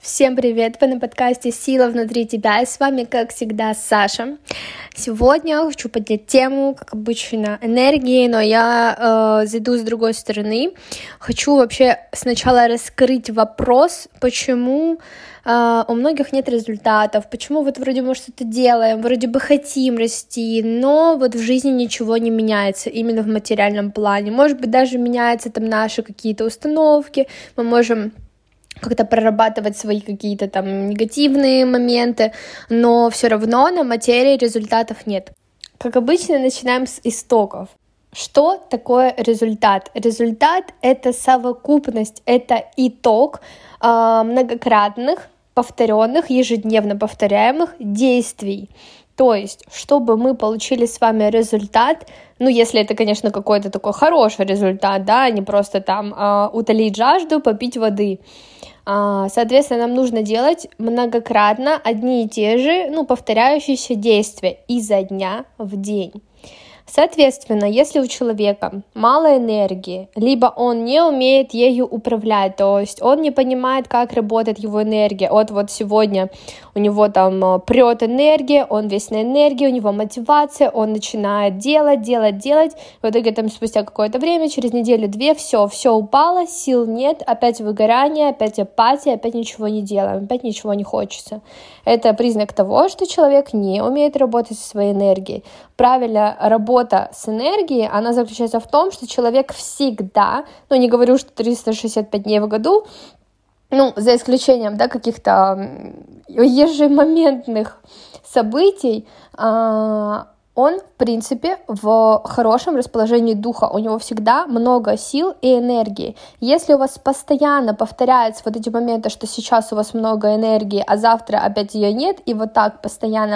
Всем привет! Вы на подкасте «Сила внутри тебя», и с вами, как всегда, Саша. Сегодня хочу поднять тему, как обычно, энергии, но я зайду с другой стороны. Хочу вообще сначала раскрыть вопрос, почему у многих нет результатов, почему вот вроде мы что-то делаем, вроде бы хотим расти, но вот в жизни ничего не меняется, именно в материальном плане. Может быть, даже меняются там наши какие-то установки, мы можем как-то прорабатывать свои какие-то там негативные моменты, но все равно на материи результатов нет. Как обычно, начинаем с истоков. Что такое результат? Результат — это совокупность, это итог многократных, повторенных, ежедневно повторяемых действий. То есть, чтобы мы получили с вами результат, если это, конечно, какой-то такой хороший результат, да, а не просто там утолить жажду, попить воды. Соответственно, нам нужно делать многократно одни и те же, повторяющиеся действия изо дня в день. Соответственно, если у человека мало энергии, либо он не умеет ею управлять, то есть он не понимает, как работает его энергия. Вот сегодня у него там прет энергия, он весь на энергии, у него мотивация, он начинает делать. В итоге там спустя какое-то время, через неделю-две, все упало, сил нет, опять выгорание, опять апатия, опять ничего не делаем, опять ничего не хочется. Это признак того, что человек не умеет работать со своей энергией. Правильно, работа с энергией, она заключается в том, что человек всегда, не говорю, что 365 дней в году, за исключением, каких-то ежемоментных событий, он, в принципе, в хорошем расположении духа, у него всегда много сил и энергии. Если у вас постоянно повторяются вот эти моменты, что сейчас у вас много энергии, а завтра опять ее нет, и вот так постоянно,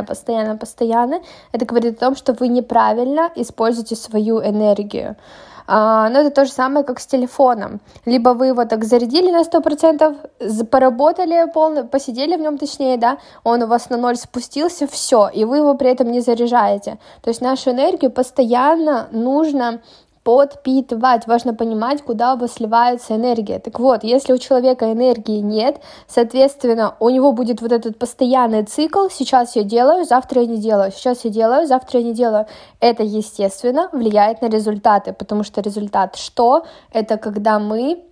это говорит о том, что вы неправильно используете свою энергию. Но это то же самое, как с телефоном. Либо вы его так зарядили на 100%, поработали посидели в нем, точнее, да, он у вас на 0 спустился, все, и вы его при этом не заряжаете. То есть нашу энергию постоянно нужно подпитывать, важно понимать, куда у вас сливается энергия. Так вот, если у человека энергии нет, соответственно, у него будет вот этот постоянный цикл: сейчас я делаю, завтра я не делаю, сейчас я делаю, завтра я не делаю. Это, естественно, влияет на результаты, потому что результат что? Это когда мы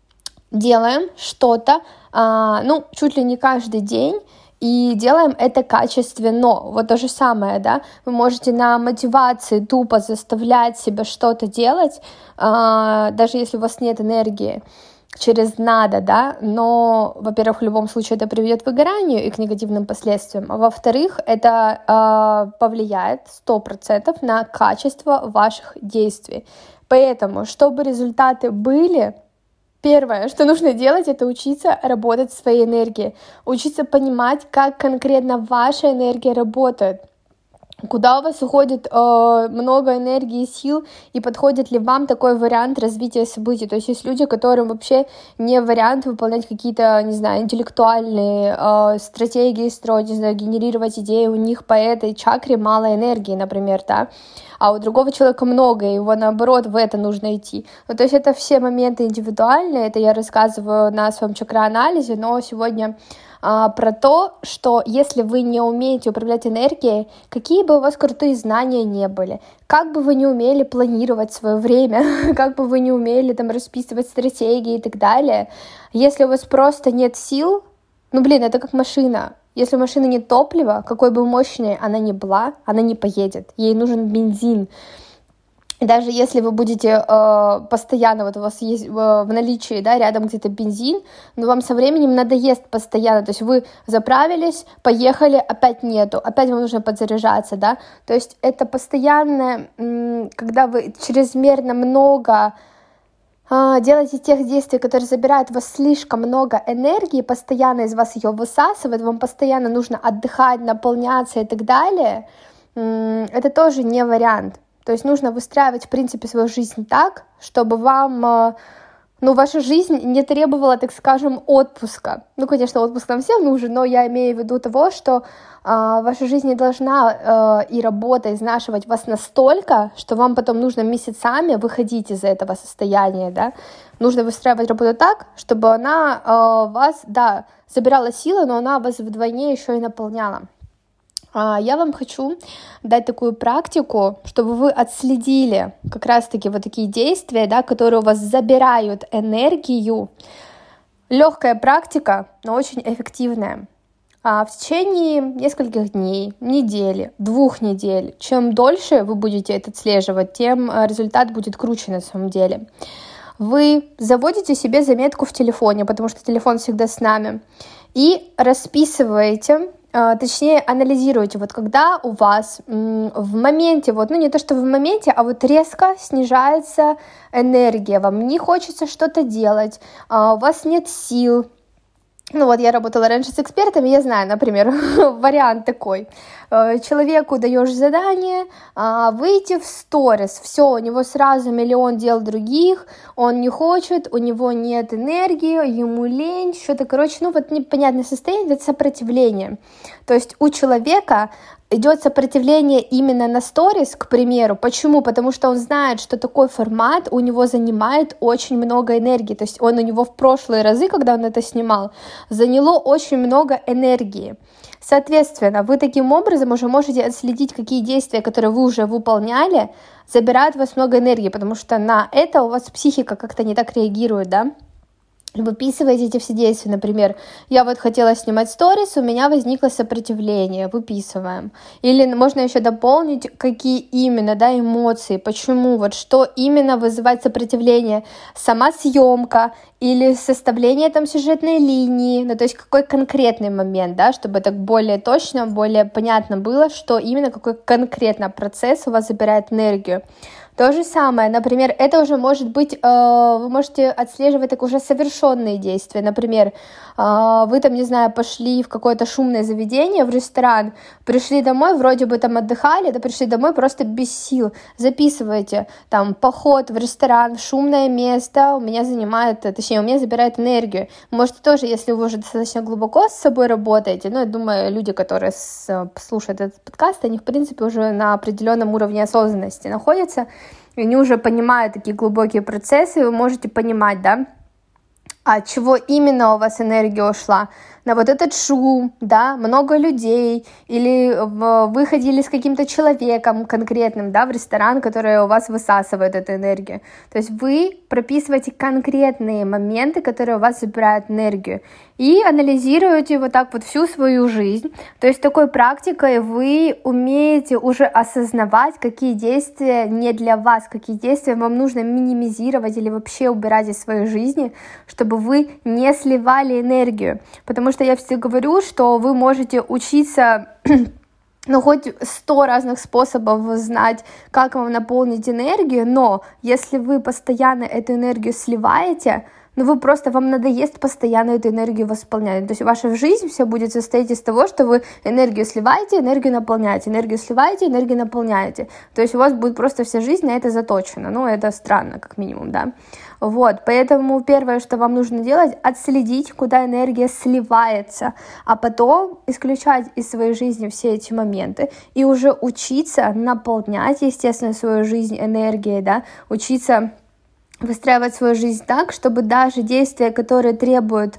делаем что-то, чуть ли не каждый день, и делаем это качественно. Вот то же самое, да, вы можете на мотивации тупо заставлять себя что-то делать, даже если у вас нет энергии, через надо, да, но, во-первых, в любом случае это приведет к выгоранию и к негативным последствиям, а во-вторых, это повлияет 100% на качество ваших действий. Поэтому, чтобы результаты были, первое, что нужно делать, это учиться работать с своей энергией, учиться понимать, как конкретно ваша энергия работает, куда у вас уходит много энергии и сил, и подходит ли вам такой вариант развития событий. То есть есть люди, которым вообще не вариант выполнять какие-то, интеллектуальные стратегии строить, генерировать идеи, у них по этой чакре мало энергии, например, да, а у другого человека много, и его, наоборот, в это нужно идти. То есть это все моменты индивидуальные, это я рассказываю на своем чакроанализе, но сегодня про то, что если вы не умеете управлять энергией, какие бы у вас крутые знания не были, как бы вы не умели планировать свое время, как бы вы не умели расписывать стратегии и так далее, если у вас просто нет сил, это как машина. Если у машины нет топлива, какой бы мощной она ни была, она не поедет, ей нужен бензин. Даже если вы будете постоянно, у вас есть в наличии, да, рядом где-то бензин, но вам со временем надоест постоянно, то есть вы заправились, поехали, опять нету, опять вам нужно подзаряжаться, да, то есть это постоянно, когда вы чрезмерно много делаете тех действий, которые забирают у вас слишком много энергии, постоянно из вас ее высасывает, вам постоянно нужно отдыхать, наполняться и так далее, это тоже не вариант. То есть нужно выстраивать, в принципе, свою жизнь так, чтобы вам ну, ваша жизнь не требовала, так скажем, отпуска. Ну, конечно, отпуск нам всем нужен, но я имею в виду того, что ваша жизнь не должна и работа изнашивать вас настолько, что вам потом нужно месяцами выходить из этого состояния, да. Нужно выстраивать работу так, чтобы она вас, да, забирала силы, но она вас вдвойне еще и наполняла. Я вам хочу дать такую практику, чтобы вы отследили как раз-таки вот такие действия, да, которые у вас забирают энергию. Легкая практика, но очень эффективная. В течение нескольких дней, недели, 2 недель, чем дольше вы будете это отслеживать, тем результат будет круче на самом деле. Вы заводите себе заметку в телефоне, потому что телефон всегда с нами, и расписываете, точнее анализируйте, вот когда у вас в моменте, вот, ну не то что в моменте, а вот резко снижается энергия, вам не хочется что-то делать, у вас нет сил. Ну вот я работала раньше с экспертами, я знаю, например, вариант такой. Человеку даешь задание выйти в сторис, все, у него сразу миллион дел других, он не хочет, у него нет энергии, ему лень, что-то, короче, ну вот непонятное состояние, это сопротивление. То есть у человека идет сопротивление именно на сторис, к примеру. Почему? Потому что он знает, что такой формат у него занимает очень много энергии. То есть у него в прошлые разы, когда он это снимал, заняло очень много энергии. Соответственно, вы таким образом уже можете отследить, какие действия, которые вы уже выполняли, забирают у вас много энергии, потому что на это у вас психика как-то не так реагирует, да? Выписываете эти все действия, например, я вот хотела снимать сторис, у меня возникло сопротивление, выписываем. Или можно еще дополнить, какие именно, да, эмоции, почему, вот что именно вызывает сопротивление, сама съемка или составление там сюжетной линии, ну то есть какой конкретный момент, да, чтобы так более точно, более понятно было, что именно какой конкретно процесс у вас забирает энергию. То же самое, например, это уже может быть, вы можете отслеживать так уже совершенные действия, например, вы там, не знаю, пошли в какое-то шумное заведение, в ресторан, пришли домой, вроде бы там отдыхали, да пришли домой просто без сил, записывайте, там, поход в ресторан, в шумное место у меня занимает, точнее, у меня забирает энергию, можете тоже, если вы уже достаточно глубоко с собой работаете, ну, я думаю, люди, которые слушают этот подкаст, они, в принципе, уже на определенном уровне осознанности находятся, и они уже понимают такие глубокие процессы, вы можете понимать, да, от чего именно у вас энергия ушла, на вот этот шум, да, много людей, или вы ходили с каким-то человеком конкретным, да, в ресторан, который у вас высасывает эту энергию. То есть вы прописываете конкретные моменты, которые у вас забирают энергию, и анализируете вот так вот всю свою жизнь. То есть такой практикой вы умеете уже осознавать, какие действия не для вас, какие действия вам нужно минимизировать или вообще убирать из своей жизни, чтобы вы не сливали энергию. Потому что я всегда говорю, что вы можете учиться, ну, хоть 100 разных способов знать, как вам наполнить энергию, но если вы постоянно эту энергию сливаете, ну, вам надоест постоянно эту энергию восполнять. То есть ваша жизнь вся будет состоять из того, что вы энергию сливаете, энергию наполняете, энергию сливаете, энергию наполняете. То есть у вас будет просто вся жизнь на это заточена. Ну, это странно, как минимум, да. Вот, поэтому первое, что вам нужно делать, отследить, куда энергия сливается, а потом исключать из своей жизни все эти моменты и уже учиться наполнять, естественно, свою жизнь энергией, да, учиться выстраивать свою жизнь так, чтобы даже действия, которые требуют,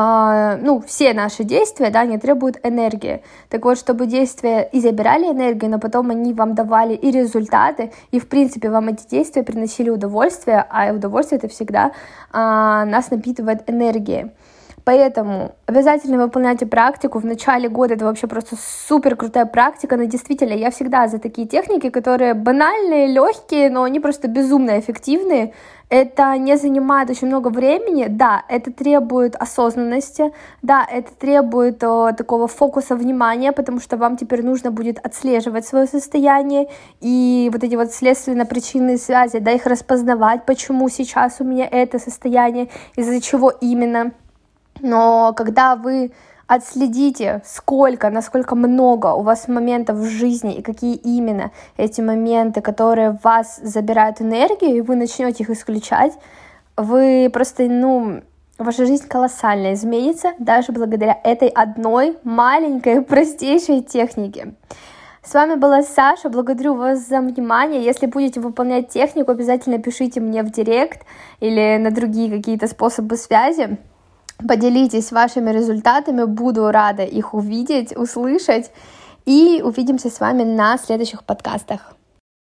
все наши действия, да, они требуют энергии. Так вот, чтобы действия и забирали энергию, но потом они вам давали и результаты, и, в принципе, вам эти действия приносили удовольствие, а удовольствие это всегда нас напитывает энергией. Поэтому обязательно выполняйте практику. В начале года это вообще просто супер крутая практика, но действительно я всегда за такие техники, которые банальные, легкие, но они просто безумно эффективные. Это не занимает очень много времени, да, это требует осознанности, да, это требует такого фокуса внимания, потому что вам теперь нужно будет отслеживать свое состояние и вот эти вот следственно-причинные связи, да, их распознавать, почему сейчас у меня это состояние, из-за чего именно. Но когда вы отследите, насколько много у вас моментов в жизни и какие именно эти моменты, которые вас забирают энергию, и вы начнете их исключать, вы просто, ваша жизнь колоссально изменится даже благодаря этой одной маленькой, простейшей технике. С вами была Саша, благодарю вас за внимание. Если будете выполнять технику, обязательно пишите мне в директ или на другие какие-то способы связи. Поделитесь вашими результатами, буду рада их увидеть, услышать. И увидимся с вами на следующих подкастах.